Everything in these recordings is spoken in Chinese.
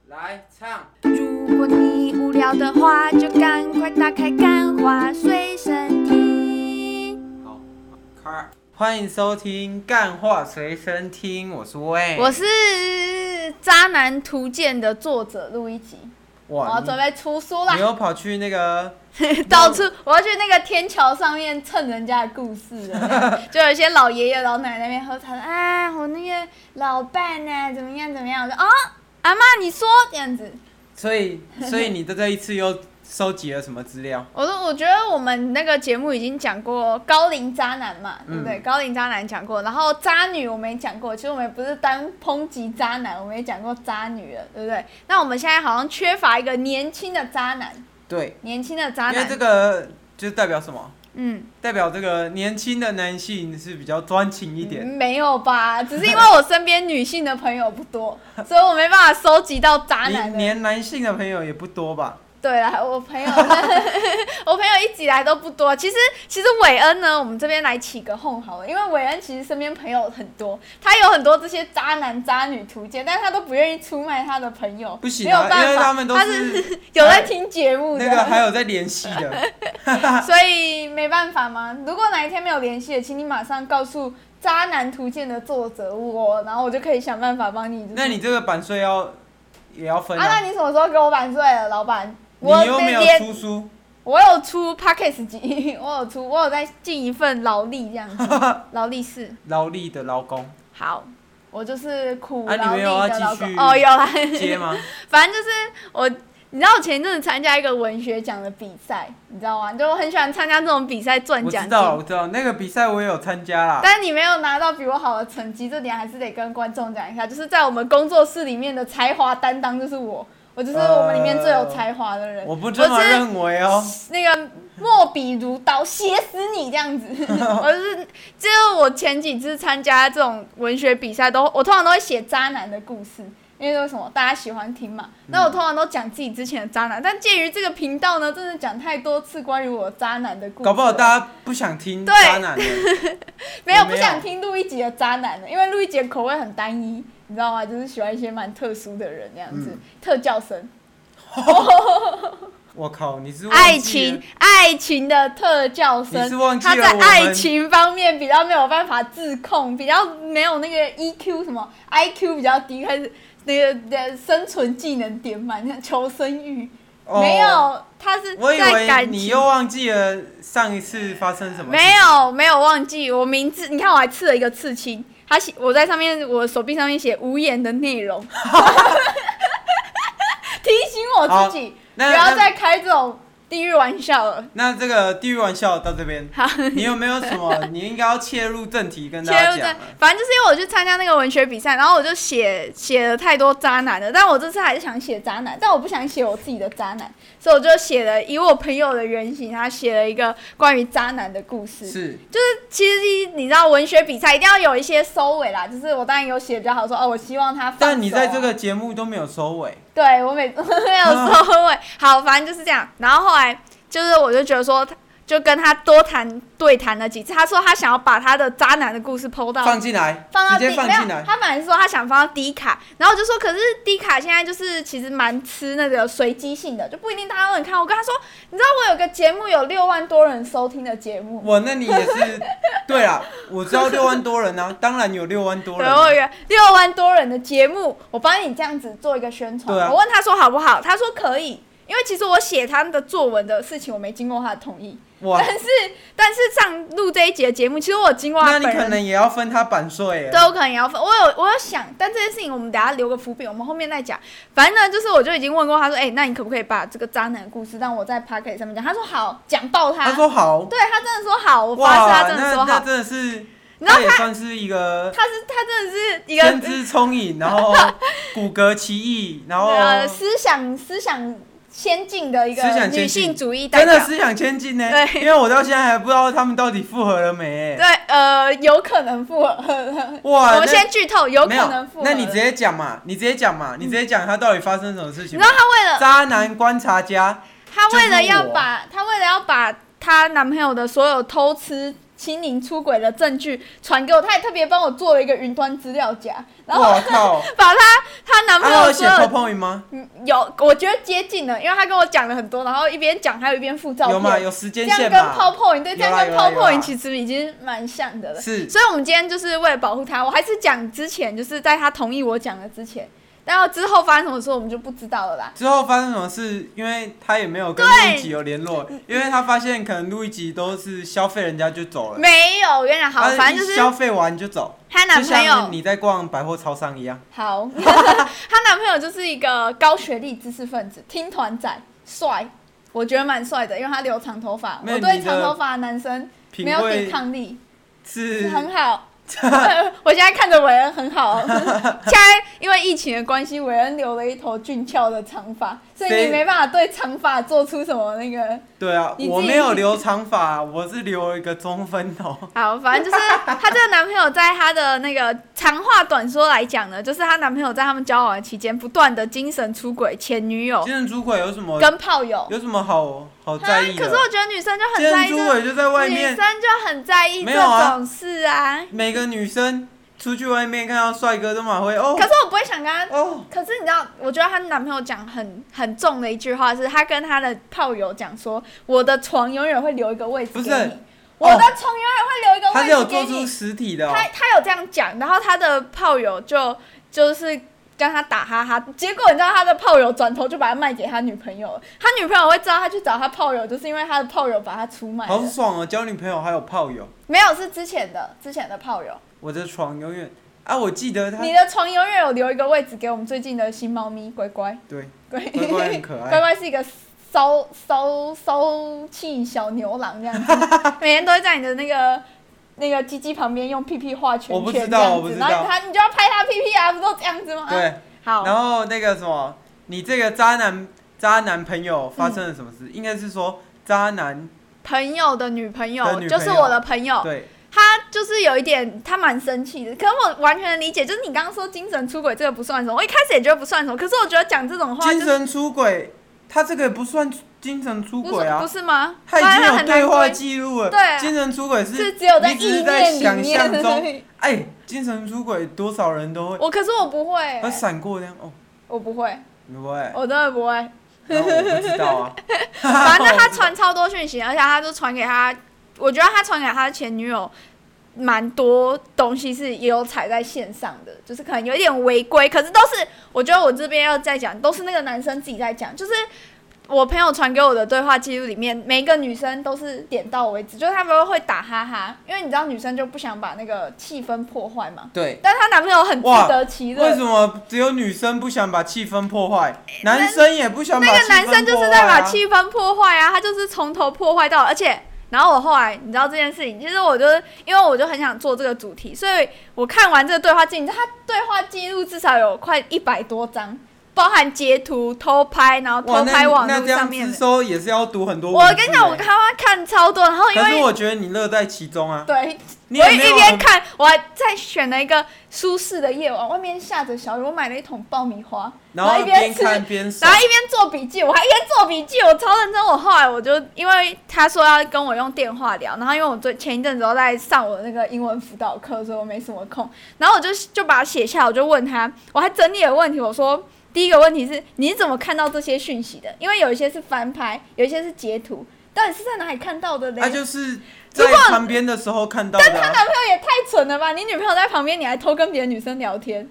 来唱。 如果你无聊的话，就赶快打开干话随身听。 好，开。欢迎收听《干话随身听》，我是魏， 我是《渣男图鉴》的作者陆一吉。我要准备出书啦！ 你又跑去那个到处，我要去那个天桥上面蹭人家的故事了。就有一些老爷爷老奶奶那边喝茶，啊，我那个老伴啊，怎么样怎么样？我说阿嬷你说这样子。所以你的这一次又收集了什么资料？ 我觉得我们那个节目已经讲过高龄渣男嘛，对不对？高龄渣男讲过，然后渣女我们也讲过。其实我们也不是单抨击渣男，我们也讲过渣女了，对不对？那我们现在好像缺乏一个年轻的渣男。对，年轻的渣男。 因为这个就代表什么？代表这个年轻的男性是比较专情一点。 没有吧？只是因为我身边女性的朋友不多，所以我没办法收集到渣男的。 连男性的朋友也不多吧？ 对啦，我朋友一直以来都不多。其实韦恩呢，我们这边来起个哄好了，因为韦恩其实身边朋友很多，他有很多这些渣男渣女图鉴，但是他都不愿意出卖他的朋友。 不行没有办法， 因为他们都是有在听节目的， 那个还有在联系的， 所以没办法嘛。如果哪一天没有联系的，请你马上告诉渣男图鉴的作者我，然后我就可以想办法帮你。 那你这个版税也要分啊？ 那你什么时候给我版税了，老板？ 你又没有出书？ 我有出 Podcast 集，我有在尽一份劳力这样子，劳力士， 劳力的劳工。 好，我就是苦劳力的劳工。有啦。 接吗？ 反正就是我，你知道我前一阵子参加一个文学奖的比赛，你知道吗？就我很喜欢参加这种比赛赚奖金。 我知道那个比赛我也有参加啦。 但是你没有拿到比我好的成绩，这点还是得跟观众讲一下。就是在我们工作室里面的才华担当就是我。我就是我们里面最有才华的人。 我不这么认为哦。 那个墨笔如刀，写死你这样子。就是我前几次参加这种文学比赛，我通常都会写渣男的故事，因为为什么大家喜欢听嘛。那我通常都讲自己之前的渣男，但介于这个频道呢，真的讲太多次关于我渣男的故事。 搞不好大家不想听渣男的。 没有不想听录一集的渣男的，因为录一集的口味很单一。你知道吗？就是喜欢一些蛮特殊的人那样子，特教生。 我靠，你是忘记了爱情的特教生， 你是忘记了他在爱情方面比较没有办法自控，比较没有那个 EQ 什么 IQ 比较低，开始那个生存技能点满，求生欲。没有，他是在感情。 我以为你又忘记了上一次发生什么事。 没有忘记我名字，你看我还刺了一个刺青。我在上面，我手臂上面写无言的内容，提醒我自己不要再开这种地狱玩笑了。 那这个地狱玩笑到这边，好，你有没有什么你应该要切入正题跟大家讲？ 反正就是因为我去参加那个文学比赛，然后我就写了太多渣男了，但我这次还是想写渣男，但我不想写我自己的渣男，所以我就写了以我朋友的原型，他写了一个关于渣男的故事。就是其实你知道文学比赛一定要有一些收尾啦，就是我当然有写比较好说我希望他放手。 但你在这个节目都没有收尾。 对，我每次没有收尾。好，反正就是这样。然后后来就是我就觉得说，就跟他对谈了几次。他说他想要把他的渣男的故事放进来，直接放进来。 他本来是说他想放到D卡，然后我就说，可是D卡现在就是其实蛮吃那个随机性的，就不一定大家都能看。我跟他说，你知道我有个节目有6万多人收听的节目。 那你也是对啦，我知道6万多人啊，当然有6万多人。 对，我有6万多人的节目，我帮你这样子做一个宣传。我问他说好不好，他说可以。因为其实我写他的作文的事情，我没经过他的同意。但是上录这一集的节目，其实我有经过他本人。 那你可能也要分他版税。 对，我可能也要分。我有想，但这件事情我们等一下留个伏笔，我们后面再讲。反正呢，就是我就已经问过他说，那你可不可以把这个渣男的故事让我在 Podcast 上面讲？他说好，讲爆他。 他说好。 对，他真的说好，我发誓他真的说好。 那真的是。他也算是一个， 他真的是一个天资聪颖，然后骨骼奇异，然后思想先进的一个女性主义代表， 真的思想先进呢。对，因为我到现在还不知道他们到底复合了没。 对，有可能复合。哇，我们先剧透，有可能复合。 那你直接讲嘛，你直接讲他到底发生什么事情。 你知道他为了渣男观察家， 他为了要把她男朋友的所有偷吃青柠出轨的证据传给我，她还特别帮我做了一个云端资料夹，然后把她男朋友有写 PowerPoint 吗？ 有，我觉得接近了，因为她跟我讲了很多，然后一边讲还有一边附照片， 有吗？有时间线嘛？这样跟 PowerPoint 对，这样跟 PowerPoint 其实已经蛮像的了。 是， 所以我们今天就是为了保护她，我还是讲之前，就是在她同意我讲的之前。然后之后发生什么事我们就不知道了啦。 之后发生什么事，因为他也没有跟路易吉有联络，因为他发现可能路易吉都是消费人家就走了。 没有，我跟你讲，好，反正就是消费完就走。 她男朋友就像你在逛百货超商一样。 好，她男朋友就是一个高学历知识分子，听团仔，帅，我觉得蛮帅的，因为他留长头发。我对长头发的男生没有抵抗力，是很好。我现在看着韦恩很好，现在因为疫情的关系，韦恩留了一头俊俏的长发，所以你没办法对长发做出什么那个。 对啊，我没有留长发，我是留一个中分头。 好，反正就是她这个男朋友在她的那个长话短说来讲呢，就是她男朋友在他们交往的期间，不断的精神出轨前女友。 精神出轨有什么？ 跟炮友有什么好在意的？ 可是我觉得女生就很在意， 精神出轨就在外面， 女生就很在意这种事啊。 每个女生出去外面看到帅哥都蛮会哦。 可是我不会想跟他哦。可是你知道，我觉得她男朋友讲很重的一句话是，他跟他的炮友讲说：“我的床永远会留一个位置给你。”不是，我的床永远会留一个位置给你。 他是有做出实体的。 他有这样讲，然后他的炮友就是跟他打哈哈，结果你知道他的炮友转头就把他卖给他女朋友了。他女朋友会知道他去找他炮友，就是因为他的炮友把他出卖了。 好爽哦！交女朋友还有炮友？ 没有，是之前的炮友。 我的床永远啊，我记得他。 你的床永远有留一个位置给我们最近的新猫咪乖乖。 对，乖乖很可爱。 乖乖是一个骚气小牛郎这样子，每天都会在你的那个鸡鸡旁边用屁屁画圈圈这样子，然后你就要拍他屁屁啊，不都这样子吗？ 对， 好。 然后那个什么，你这个渣男朋友发生了什么事？应该是说渣男朋友的女朋友，就是我的朋友。 对。 他就是有一点，他蛮生气的。可是我完全能理解，就是你刚刚说精神出轨这个不算什么，我一开始也觉得不算什么。可是我觉得讲这种话， 精神出轨，他这个也不算精神出轨啊， 不是吗？ 他已经有对话记录了。 对， 精神出轨是只有在意念里面。哎，精神出轨多少人都会。 可是我不会。 会闪过这样哦。 我不会。 你不会？ 我真的不会。 我不知道啊。 反正他传超多讯息，而且他就传给他。我觉得他传给他的前女友蛮多东西是也有踩在线上的，就是可能有一点违规，可是都是我觉得我这边要再讲，都是那个男生自己在讲，就是我朋友传给我的对话记录里面，每一个女生都是点到为止，就是他们会打哈哈，因为你知道女生就不想把那个气氛破坏嘛。 对。 但是她男朋友很自得其乐。 为什么只有女生不想把气氛破坏，男生也不想把气氛破坏？ 那个男生就是在把气氛破坏啊，他就是从头破坏到，而且。然后我后来，你知道这件事情，其实我就是因为我就很想做这个主题，所以我看完这个对话记录，他对话记录至少有快100多章，包含截图、偷拍，然后偷拍网络上面的。 那这样子收也是要读很多。 我跟你讲，我看超多，然后因为。 可是我觉得你乐在其中啊。 对。我一边看，我还再选了一个舒适的夜晚，外面下着小雨，我买了一桶爆米花， 然后一边看边然后一边做笔记，我还一边做笔记，我超认真。我后来我就因为他说要跟我用电话聊，然后因为我前一阵子都在上我的那个英文辅导课，所以我没什么空，然后我就把它写下，我就问他，我还整理了问题，我说第一个问题是你怎么看到这些讯息的？因为有一些是翻拍，有一些是截图，到底是在哪里看到的嘞？ 他就是在旁边的时候看到的。 但他男朋友也太蠢了吧！你女朋友在旁边，你还偷跟别的女生聊天？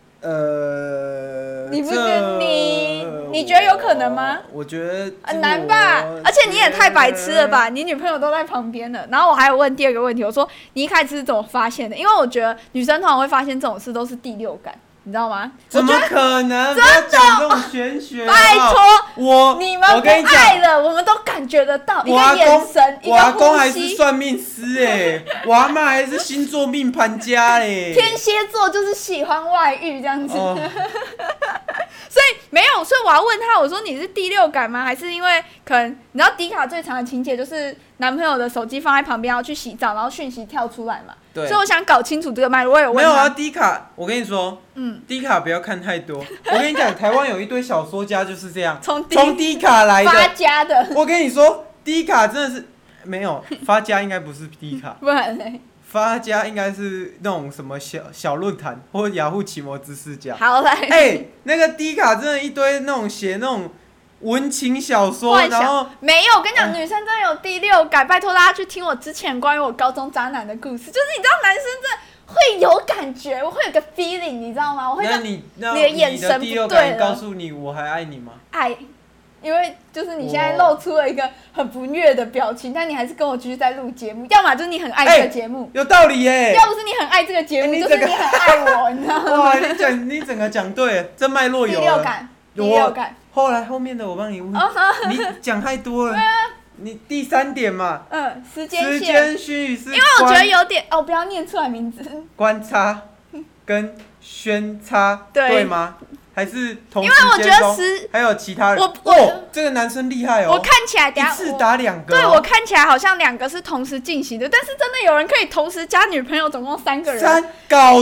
你不觉得你觉得有可能吗？ 我觉得很难吧，而且你也太白痴了吧！你女朋友都在旁边了，然后我还有问第二个问题，我说你一开始是怎么发现的？因为我觉得女生通常会发现这种事都是第六感。你知道吗？ 怎么可能？不要讲这种玄学！ 拜托，你们不爱了，我们都感觉得到。一个眼神，一个呼吸。 我阿公还是算命师哎，我阿嬷还是星座命盘家哎。 天蝎座就是喜欢外遇这样子。所以没有，所以我要问他，我说你是第六感吗？还是因为可能你知道迪卡最常的情节就是男朋友的手机放在旁边要去洗澡，然后讯息跳出来嘛。对。所以我想搞清楚这个脉络。我有问他。 没有啊，迪卡，我跟你说，迪卡不要看太多。我跟你讲，台湾有一堆小说家就是这样，从迪卡来的。 发家的。 我跟你说，迪卡真的是没有，发家应该不是 D 卡， 不然嘞。 发家应该是那种什么小论坛或雅虎奇摩知识家。 好来， 那个 D 卡真的一堆那种写那种文情小说，然后没有，我跟你讲，女生真的有第六感，拜托大家去听我之前关于我高中渣男的故事，就是你知道男生真的会有感觉，我会有个 feeling， 你知道吗？我会你的眼神不第六对感告诉你我还爱你吗？ 爱。因为就是你现在露出了一个很不悦的表情，但你还是跟我继续在录节目，要么就是你很爱这个节目， 有道理耶。 要不是你很爱这个节目，就是你很爱我，你知道吗？ 哇，你整个讲对了，这脉络有了。 第六感。 后面的我帮你问，你讲太多了。对啊。你第3点嘛。 时间序语是。 因为我觉得有点不要念出来名字。 关插跟宣插对吗？还是同时间中，因为我觉得还有其他人。这个男生厉害哦！ 我看起来一次打2个。 对，我看起来好像2个是同时进行的，但是真的有人可以同时加女朋友，总共3个人。 搞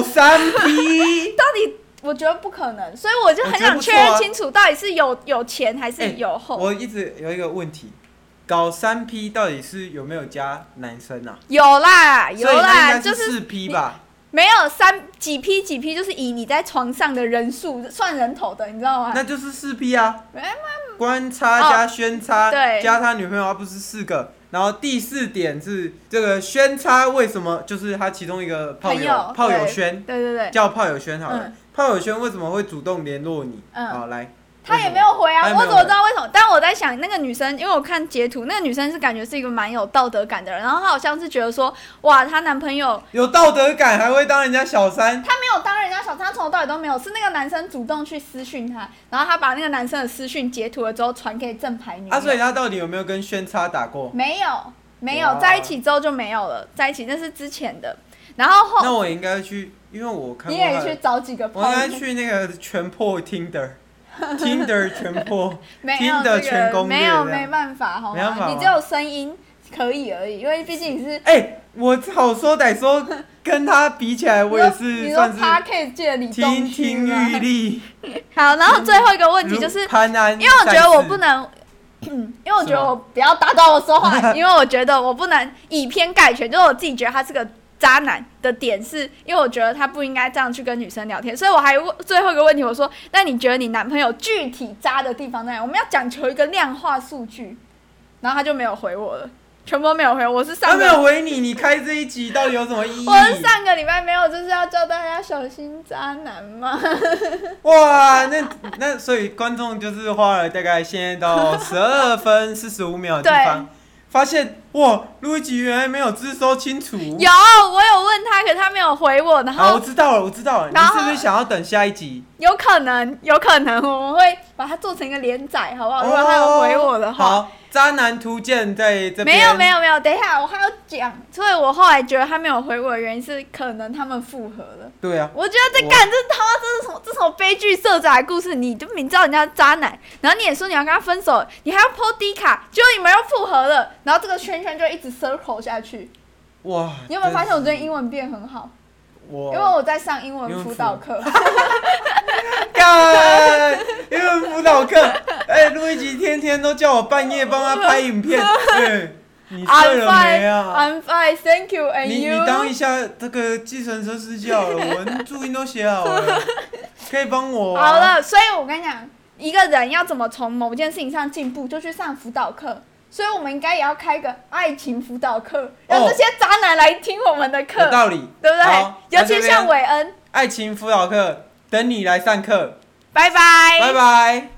3P。 到底我觉得不可能，所以我就很想确认清楚，到底是有前还是有后。 我一直有一个问题，搞3P到底是有没有加男生啊？ 有啦， 就是4P 吧。 没有几 P 就是以你在床上的人数算人头的，你知道吗？ 那就是4P 啊。关插加宣插加他女朋友，而不是4个。然后第4点是这个宣插为什么就是他其中一个炮友宣， 对， 叫炮友宣好了。炮友宣为什么会主动联络你？好来。 他也没有回啊，我怎么知道为什么？但我在想，那个女生，因为我看截图，那个女生是感觉是一个蛮有道德感的人，然后她好像是觉得说，哇，她男朋友有道德感，还会当人家小三。 她没有当人家小三，她从头到尾都没有，是那个男生主动去私讯她，然后她把那个男生的私讯截图了之后传给正牌女友。 所以她到底有没有跟宣插打过？ 没有，在一起之后就没有了，在一起那是之前的。然后那我应该去，因为我看过。 你也去找几个朋友。 我应该去那个全破 Tinder。Tinder 全破 ，Tinder 全攻略， 没办法，好吗？你只有声音可以而已，因为毕竟你是。 我好说歹说，跟他比起来，我也是算是 Podcast 界的李东亭玉立。 好，然后最后一个问题就是，因为我觉得我不能，因为我觉得我不要打断我说话，因为我觉得我不能以偏概全，就是我自己觉得他是个渣男的点是，因为我觉得他不应该这样去跟女生聊天，所以我还最后一个问题，我说，那你觉得你男朋友具体渣的地方在哪？我们要讲求一个量化数据，然后他就没有回我了，全部都没有回我。他没有回你，你开这一集到底有什么意义？ 我是上个礼拜没有，就是要教大家小心渣男嘛。 哇，那所以观众就是花了大概现在到12分45秒的地方。发现哇，录一集原来没有自收清楚。 有，我有问他，可是他没有回我。然后我知道了。你是不是想要等下一集？ 有可能，我们会把它做成一个连载，好不好？如果他有回我的话。 好，渣男图鉴在这边。 没有，等一下，我还要讲。所以我后来觉得他没有回我的原因是，可能他们复合了。 对啊。 我觉得这是什么悲剧色彩的故事？你就明知道人家是渣男，然后你也说你要跟他分手，你还要 po D 卡，结果你们又复合了，然后这个圈圈就一直 circle 下去。 哇！ 你有没有发现我最近英文变很好？因为我在上英文辅导课。 干！英文辅导课，录一集天天都叫我半夜帮他拍影片。对，你睡了没啊 ？I'm fine, thank you, and you？ 你当一下这个计程车司机好了，我注音都写好了，可以帮我。 好了，所以我跟你讲，一个人要怎么从某件事情上进步，就去上辅导课。所以我们应该也要开个爱情辅导课，让这些渣男来听我们的课。 有道理， 对不对？尤其像韦恩。 爱情辅导课，等你来上课。 拜拜。 拜拜。